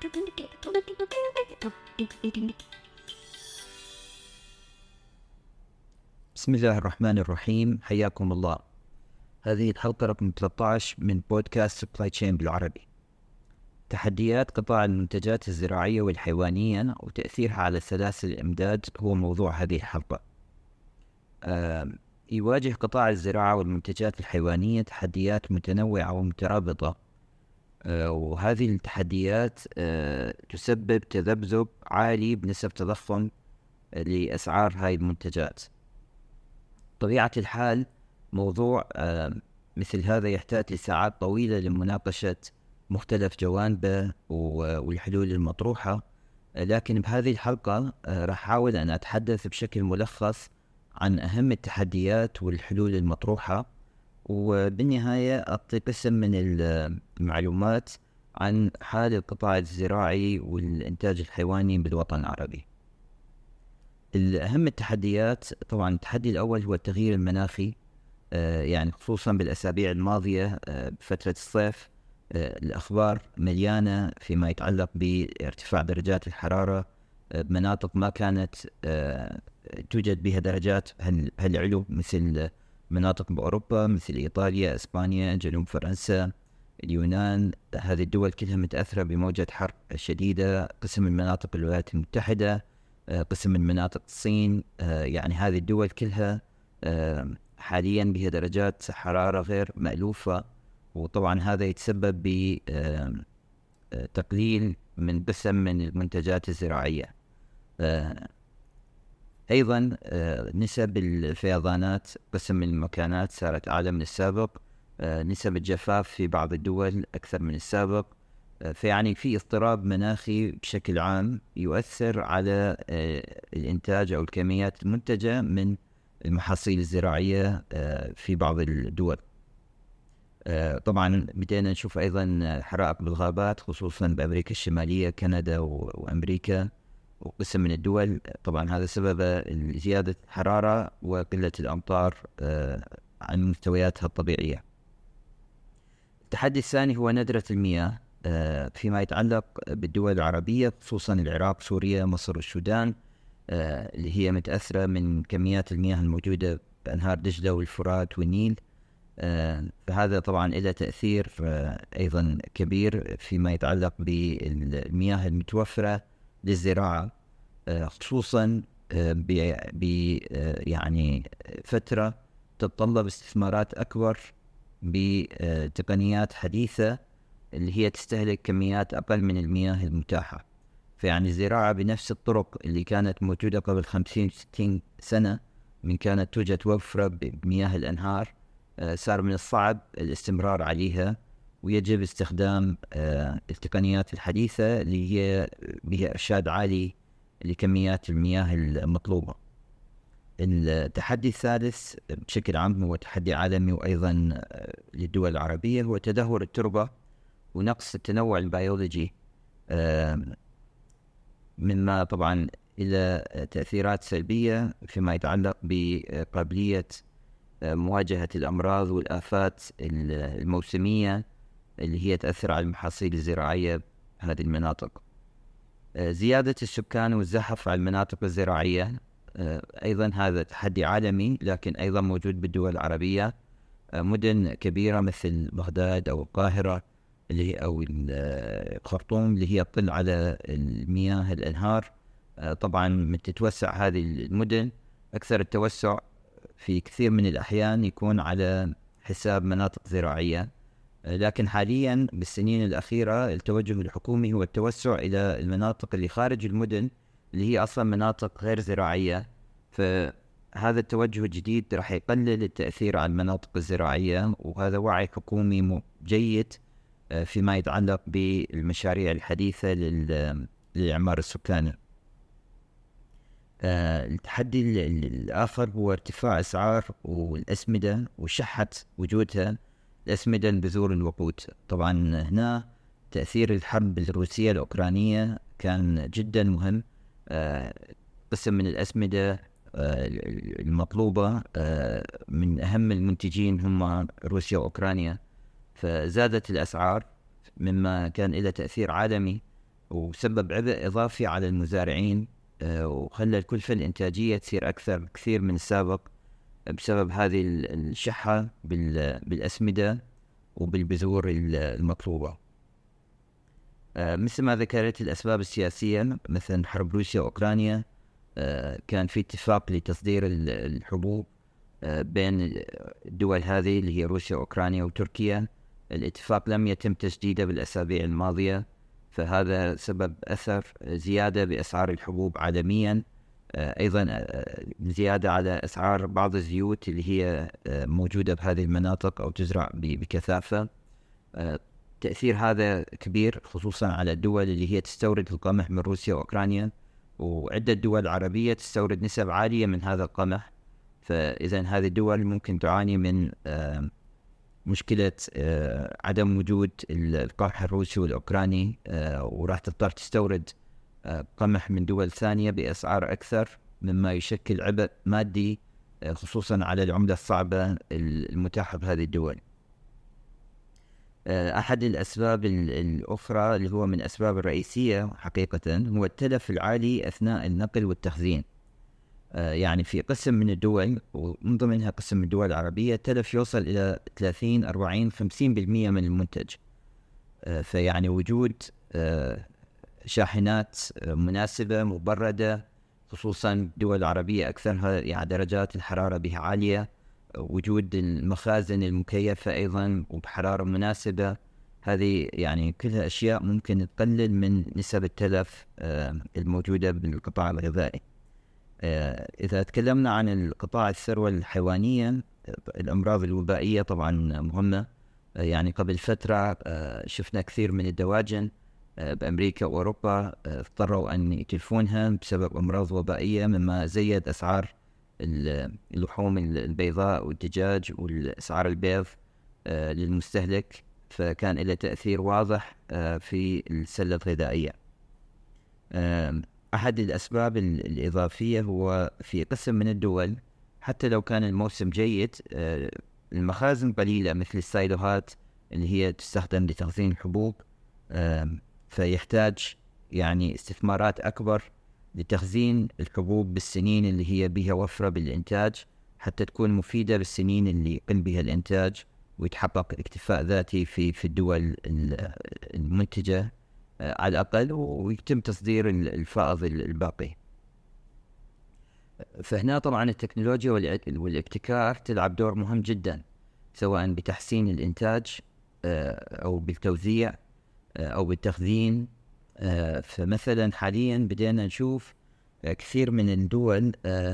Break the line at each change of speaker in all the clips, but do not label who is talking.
بسم الله الرحمن الرحيم، حياكم الله. هذه الحلقة رقم 13 من بودكاست سبلاي تشين بالعربي. تحديات قطاع المنتجات الزراعية والحيوانية وتأثيرها على سلاسل الإمداد هو موضوع هذه الحلقة. يواجه قطاع الزراعة والمنتجات الحيوانية تحديات متنوعة ومترابطة، وهذه التحديات تسبب تذبذب عالي بنسب تضخم لأسعار هاي المنتجات. طبيعة الحال موضوع مثل هذا يحتاج لساعات طويلة لمناقشة مختلف جوانبه والحلول المطروحة، لكن بهذه الحلقة راح أحاول أن أتحدث بشكل ملخص عن أهم التحديات والحلول المطروحة، وبالنهاية أعطي قسم من المعلومات عن حال القطاع الزراعي والإنتاج الحيواني بالوطن العربي. الأهم التحديات طبعا التحدي الأول هو التغيير المناخي، يعني خصوصا بالأسابيع الماضية بفترة الصيف الأخبار مليانة فيما يتعلق بارتفاع درجات الحرارة بمناطق ما كانت توجد بها درجات هالعلو، مثل مناطق بأوروبا مثل إيطاليا، إسبانيا، جنوب فرنسا، اليونان. هذه الدول كلها متأثرة بموجة حر شديدة. قسم من مناطق الولايات المتحدة، قسم من مناطق الصين، يعني هذه الدول كلها حاليا بها درجات حرارة غير مألوفة، وطبعا هذا يتسبب بتقليل من قسم من المنتجات الزراعية. أيضا نسب الفيضانات قسم من المكانات صارت أعلى من السابق، نسب الجفاف في بعض الدول أكثر من السابق، فيعني في اضطراب مناخي بشكل عام يؤثر على الإنتاج أو الكميات المنتجة من المحاصيل الزراعية في بعض الدول. طبعا بدينا نشوف أيضا حرائق بالغابات خصوصا بأمريكا الشمالية، كندا وأمريكا وقسم من الدول. طبعا هذا سبب زيادة الحرارة وقلة الأمطار عن مستوياتها الطبيعية. التحدي الثاني هو ندرة المياه فيما يتعلق بالدول العربية، خصوصا العراق، سوريا، مصر والسودان، اللي هي متأثرة من كميات المياه الموجودة بأنهار دجلة والفرات والنيل. فهذا طبعا له تأثير أيضا كبير فيما يتعلق بالمياه المتوفرة للزراعة، خصوصا يعني فترة تتطلب استثمارات أكبر بتقنيات حديثة اللي هي تستهلك كميات أقل من المياه المتاحة. فيعني الزراعة بنفس الطرق اللي كانت موجودة قبل 50-60 سنة، من كانت توجد وفرة بمياه الأنهار، صار من الصعب الاستمرار عليها، ويجب استخدام التقنيات الحديثة اللي هي بها إرشاد عالي لكميات المياه المطلوبة. التحدي الثالث بشكل عام هو تحدي عالمي وأيضا للدول العربية، هو تدهور التربة ونقص التنوع البيولوجي، مما طبعا إلى تأثيرات سلبية فيما يتعلق بقابلية مواجهة الأمراض والآفات الموسمية اللي هي تأثر على المحاصيل الزراعية بهذه المناطق. زيادة السكان والزحف على المناطق الزراعية أيضا هذا تحدي عالمي، لكن أيضا موجود بالدول العربية. مدن كبيرة مثل بغداد أو القاهرة اللي هي أو الخرطوم اللي هي تطل على المياه الأنهار، طبعا من تتوسع هذه المدن أكثر التوسع في كثير من الأحيان يكون على حساب مناطق زراعية. لكن حاليا بالسنين الأخيرة التوجه الحكومي هو التوسع إلى المناطق اللي خارج المدن اللي هي أصلا مناطق غير زراعية. فهذا التوجه الجديد راح يقلل التأثير على المناطق الزراعية، وهذا وعي حكومي جيد فيما يتعلق بالمشاريع الحديثة للإعمار السكاني. التحدي الآخر هو ارتفاع أسعار والأسمدة وشحة وجودها الأسمدة البذور الوقود. طبعا هنا تأثير الحرب الروسية الأوكرانية كان جدا مهم. قسم من الأسمدة المطلوبة من أهم المنتجين هم روسيا وأوكرانيا، فزادت الأسعار مما كان له تأثير عالمي وسبب عبء إضافي على المزارعين، وخلى الكلفة الإنتاجية تصير أكثر كثير من السابق بسبب هذه الشحة بالأسمدة وبالبذور المطلوبة. مثل ما ذكرت الأسباب السياسية مثلا حرب روسيا وأوكرانيا، كان في اتفاق لتصدير الحبوب بين الدول هذه اللي هي روسيا وأوكرانيا وتركيا. الاتفاق لم يتم تجديده بالأسابيع الماضية، فهذا سبب أثر زيادة بأسعار الحبوب عالميا. أيضا زيادة على أسعار بعض الزيوت اللي هي موجودة بهذه المناطق أو تزرع بكثافة. تأثير هذا كبير خصوصا على الدول اللي هي تستورد القمح من روسيا وأوكرانيا، وعدة دول عربية تستورد نسب عالية من هذا القمح. فإذا هذه الدول ممكن تعاني من مشكلة عدم وجود القمح الروسي والأوكراني، وراح تضطر تستورد قمح من دول ثانية بأسعار أكثر، مما يشكل عبء مادي خصوصا على العملة الصعبة المتاحة بهذه الدول. أحد الأسباب الأخرى اللي هو من الأسباب الرئيسية حقيقة هو التلف العالي أثناء النقل والتخزين. يعني في قسم من الدول ومن ضمنها قسم من الدول العربية التلف يوصل إلى 30 40 50% من المنتج. فيعني وجود شاحنات مناسبة مبردة، خصوصا الدول العربية أكثرها يعني درجات الحرارة بها عالية، وجود المخازن المكيفة أيضا وبحرارة مناسبة، هذه يعني كلها أشياء ممكن تقلل من نسب التلف الموجودة بالقطاع الغذائي. إذا تكلمنا عن القطاع الثروة الحيوانية، الأمراض الوبائية طبعا مهمة. يعني قبل فترة شفنا كثير من الدواجن بأمريكا وأوروبا اضطروا أن يتلفونها بسبب أمراض وبائية، مما زيد أسعار اللحوم البيضاء والدجاج والأسعار البيض للمستهلك، فكان له تأثير واضح في السلة الغذائية. أحد الأسباب الإضافية هو في قسم من الدول حتى لو كان الموسم جيد، المخازن قليلة مثل السايلوهات اللي هي تستخدم لتخزين الحبوب، فيحتاج يعني استثمارات أكبر لتخزين الحبوب بالسنين اللي هي بها وفرة بالإنتاج، حتى تكون مفيدة بالسنين اللي يقل بها الإنتاج ويتحقق اكتفاء ذاتي في الدول المنتجة على الأقل، ويتم تصدير الفائض الباقي. فهنا طبعا التكنولوجيا والابتكار تلعب دور مهم جدا، سواء بتحسين الإنتاج أو بالتوزيع أو بالتخزين. فمثلا حاليا بدينا نشوف كثير من الدول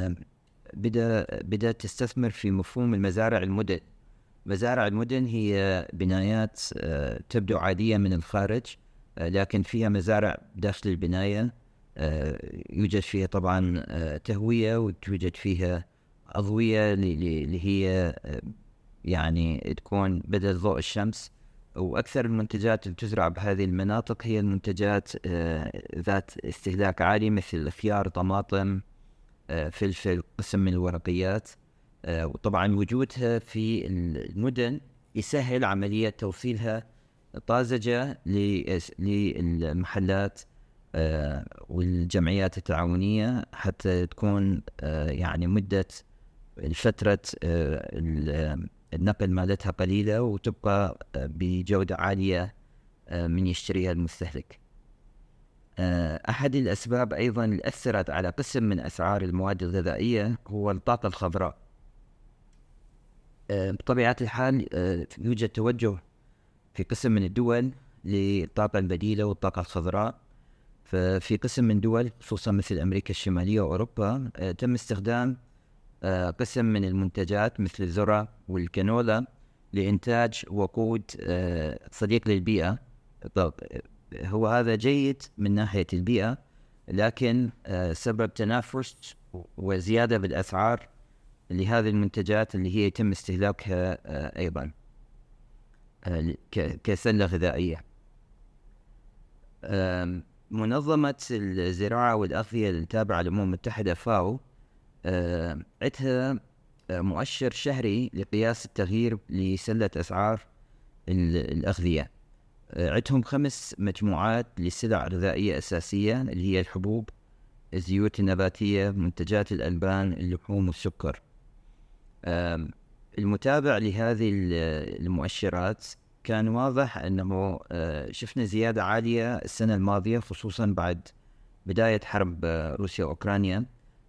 بدأت تستثمر في مفهوم المزارع المدن. مزارع المدن هي بنايات تبدو عادية من الخارج، لكن فيها مزارع داخل البناية، يوجد فيها طبعا تهوية، وتوجد فيها أضوية اللي هي يعني تكون بدل ضوء الشمس. وأكثر المنتجات اللي تزرع بهذه المناطق هي المنتجات ذات استهلاك عالي، مثل الخيار، طماطم، فلفل، قسم من الورقيات. وطبعا وجودها في المدن يسهل عملية توصيلها طازجة للمحلات والجمعيات التعاونية، حتى تكون يعني مدة فترة النقل مالتها قليلة وتبقى بجودة عالية من يشتريها المستهلك. أحد الأسباب أيضا اللي أثرت على قسم من أسعار المواد الغذائية هو الطاقة الخضراء. بطبيعة الحال يوجد توجه في قسم من الدول للطاقة البديلة والطاقة الخضراء. ففي قسم من دول خصوصا مثل أمريكا الشمالية وأوروبا تم استخدام قسم من المنتجات مثل الذرة والكانولا لإنتاج وقود صديق للبيئة. هو هذا جيد من ناحية البيئة، لكن سبب تنافس وزيادة بالأسعار لهذه المنتجات اللي هي يتم استهلاكها أيضا كسلة غذائية. منظمة الزراعة والأغذية التابعة للأمم المتحدة فاو عندها مؤشر شهري لقياس التغيير لسلة أسعار الأغذية. عندهم 5 مجموعات لسلع غذائية أساسية اللي هي الحبوب، الزيوت النباتية، منتجات الألبان، اللحوم والسكر. المتابع لهذه المؤشرات كان واضح أنه شفنا زيادة عالية السنة الماضية، خصوصا بعد بداية حرب روسيا وأوكرانيا،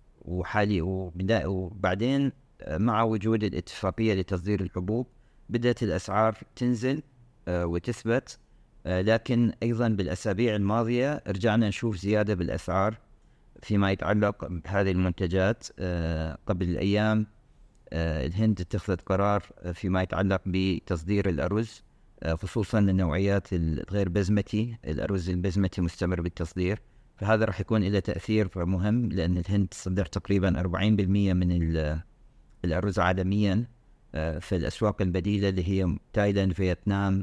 وبعدين مع وجود الاتفاقية لتصدير الحبوب بدأت الأسعار تنزل وتثبت. لكن أيضا بالأسابيع الماضية رجعنا نشوف زيادة بالأسعار فيما يتعلق بهذه المنتجات. قبل الأيام الهند اتخذت قرار فيما يتعلق بتصدير الأرز، خصوصا النوعيات الغير بزمتي. الأرز البزمتي مستمر بالتصدير، فهذا راح يكون له تأثير مهم، لأن الهند تصدر تقريبا 40% من الأرز عالميا في الأسواق البديلة اللي هي تايلاند، فيتنام،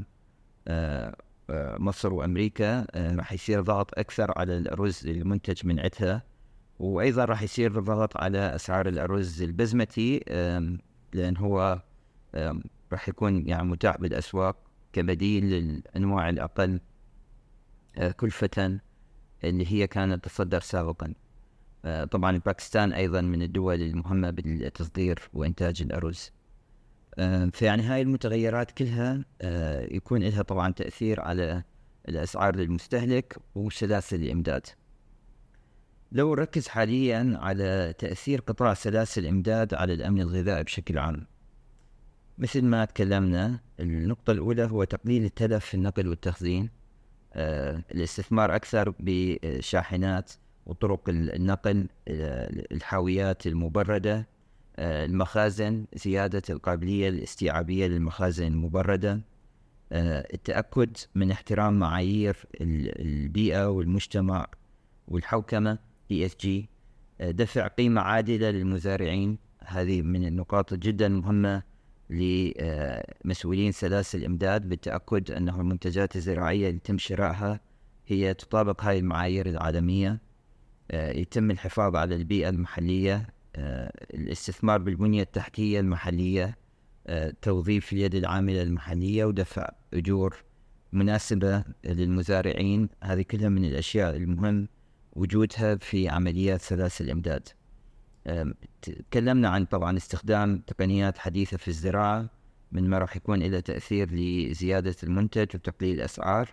مصر وأمريكا. راح يصير ضغط أكثر على الأرز المنتج من عندها، وأيضا راح يصير ضغط على أسعار الأرز البزمتي، لأن هو راح يكون يعني متاح بالأسواق كبديل للأنواع الأقل كلفة اللي هي كانت تصدر سابقا. طبعا باكستان أيضا من الدول المهمة بالتصدير وإنتاج الأرز. فيعني هاي المتغيرات كلها يكون لها طبعا تأثير على الأسعار للمستهلك وسلاسل الإمداد. لو ركز حاليا على تأثير قطاع سلاسل الإمداد على الأمن الغذائي بشكل عام، مثل ما تكلمنا، النقطة الأولى هو تقليل التلف في النقل والتخزين، الاستثمار أكثر بشاحنات وطرق النقل، الحاويات المبردة، المخازن، زيادة القابلية الاستيعابية للمخازن المبردة، التأكد من احترام معايير البيئة والمجتمع والحوكمة ESG، دفع قيمة عادلة للمزارعين. هذه من النقاط جدا مهمة لمسؤولين سلاسل الإمداد، بالتأكد أنه المنتجات الزراعية اللي يتم شرائها هي تطابق هاي المعايير العالمية. يتم الحفاظ على البيئة المحلية، الاستثمار بالبنية التحتية المحلية، توظيف اليد العاملة المحلية، ودفع أجور مناسبة للمزارعين. هذه كلها من الأشياء المهم وجودها في عمليات سلاسل الإمداد. تكلمنا عن طبعا استخدام تقنيات حديثة في الزراعة، من ما راح يكون له تأثير لزيادة المنتج وتقليل الأسعار.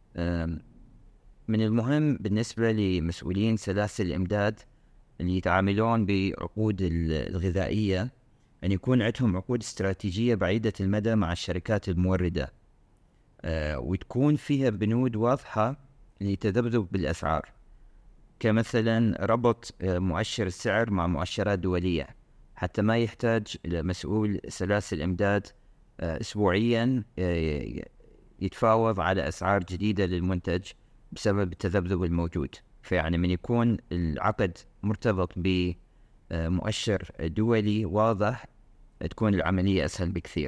من المهم بالنسبة لمسؤولين سلاسل الإمداد اللي يتعاملون بعقود الغذائية أن يكون عندهم عقود استراتيجية بعيدة المدى مع الشركات الموردة، وتكون فيها بنود واضحة لتذبذب بالأسعار، كمثلا ربط مؤشر السعر مع مؤشرات دولية، حتى ما يحتاج مسؤول سلاسل الإمداد أسبوعيا يتفاوض على أسعار جديدة للمنتج بسبب التذبذب الموجود. فيعني من يكون العقد مرتبط بمؤشر دولي واضح تكون العملية أسهل بكثير.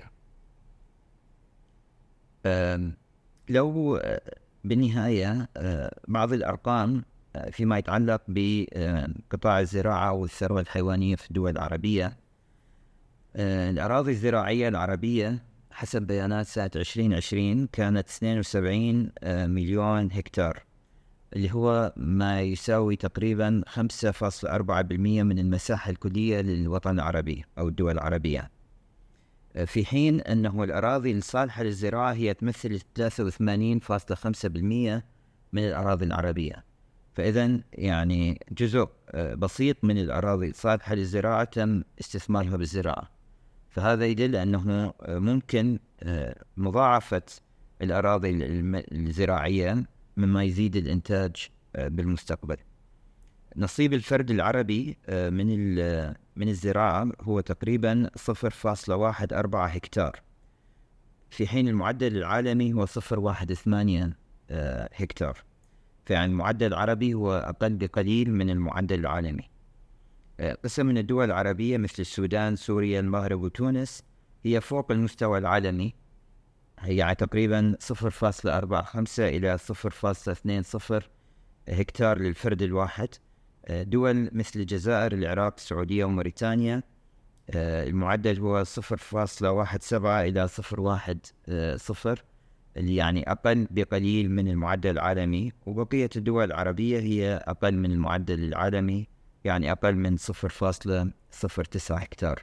لو بالنهاية بعض الأرقام فيما يتعلق بقطاع الزراعة والثروة الحيوانية في الدول العربية. الأراضي الزراعية العربية حسب بيانات سنة 2020 كانت 72 مليون هكتار، اللي هو ما يساوي تقريبا 5.4% من المساحة الكلية للوطن العربي أو الدول العربية، في حين أنه الأراضي الصالحة للزراعة هي تمثل 83.5% من الأراضي العربية. فإذا يعني جزء بسيط من الأراضي الصالحة للزراعة تم استثمارها بالزراعة، فهذا يدل أنه ممكن مضاعفة الأراضي الزراعية مما يزيد الإنتاج بالمستقبل. نصيب الفرد العربي من الزراعة هو تقريبا 0.14 هكتار، في حين المعدل العالمي هو 0.18 هكتار. فيعني المعدل العربي هو أقل بقليل من المعدل العالمي. قسم من الدول العربية مثل السودان، سوريا، المغرب وتونس هي فوق المستوى العالمي، هي تقريبا 0.45 إلى 0.20 هكتار للفرد الواحد. دول مثل الجزائر، العراق، السعودية وموريتانيا المعدل هو 0.17 إلى 0.10 اللي يعني أقل بقليل من المعدل العالمي، وبقية الدول العربية هي أقل من المعدل العالمي، يعني أقل من 0.09 هكتار.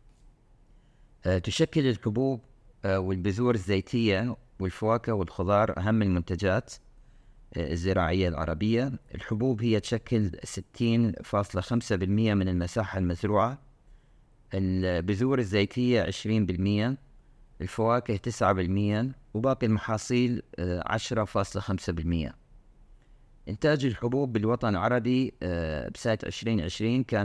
تشكل الحبوب والبذور الزيتية والفواكه والخضار أهم المنتجات الزراعية العربية. الحبوب هي تشكل 60.5% من المساحة المزروعة، البذور الزيتية 20%، الفواكه 9%، وباقي المحاصيل 10.5%. إنتاج الحبوب بالوطن العربي بسنة 2020 كان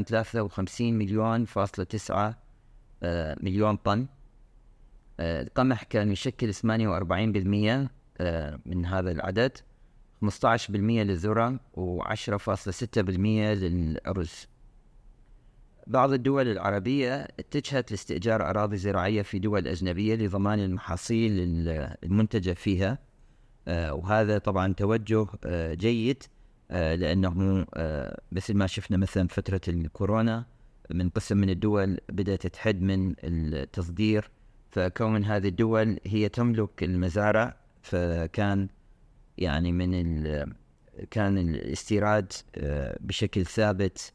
53.9 مليون طن. القمح كان يشكل 48% من هذا العدد، 15% للذرة، و10.6% للأرز. بعض الدول العربية اتجهت لاستئجار أراضي زراعية في دول أجنبية لضمان المحاصيل المنتجة فيها، وهذا طبعا توجه جيد، لأنه مثل ما شفنا مثلا فترة الكورونا من قسم من الدول بدأت تحد من التصدير، فكون هذه الدول هي تملك المزارع، فكان يعني كان الاستيراد بشكل ثابت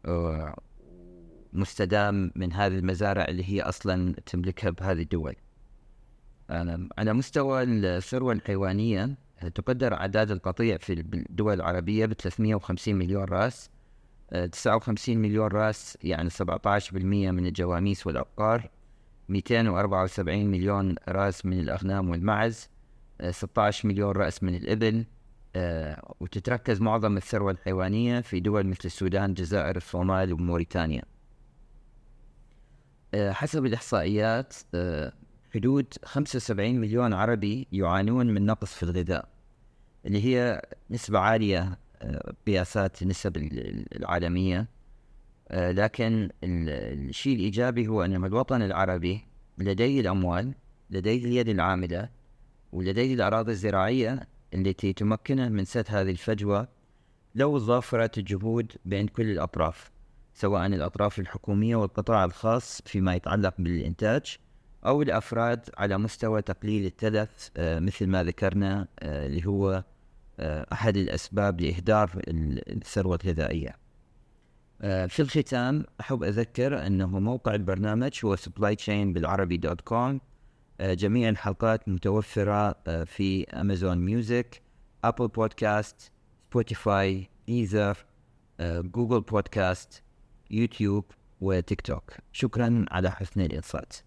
مستدام من هذه المزارع اللي هي أصلا تملكها بهذه الدول. على مستوى الثروة الحيوانية تقدر أعداد القطيع في الدول العربية ب350 مليون رأس، 59 مليون رأس يعني 17% من الجواميس والأبقار، 274 مليون رأس من الأغنام والمعز، 16 مليون رأس من الإبل. وتتركز معظم الثروة الحيوانية في دول مثل السودان، الجزائر، الصومال وموريتانيا. حسب الإحصائيات حدود 75 مليون عربي يعانون من نقص في الغذاء، اللي هي نسبة عالية قياسات النسب العالمية. لكن الشيء الإيجابي هو أن الوطن العربي لديه الأموال، لديه اليد العاملة، ولديه الأراضي الزراعية التي تمكنه من سد هذه الفجوة لو ضافرت الجهود بين كل الأطراف، سواء الأطراف الحكومية والقطاع الخاص فيما يتعلق بالإنتاج، أو الأفراد على مستوى تقليل التلف مثل ما ذكرنا، اللي هو أحد الأسباب لإهدار الثروة الغذائية. في الختام أحب أذكر أنه موقع البرنامج هو supplychainbilarabi.com. جميع الحلقات متوفرة في أمازون ميوزك، أبل بودكاست، سبوتيفاي، ديزر، جوجل بودكاست، يوتيوب وتيك توك. شكرا على حسن الإنصات.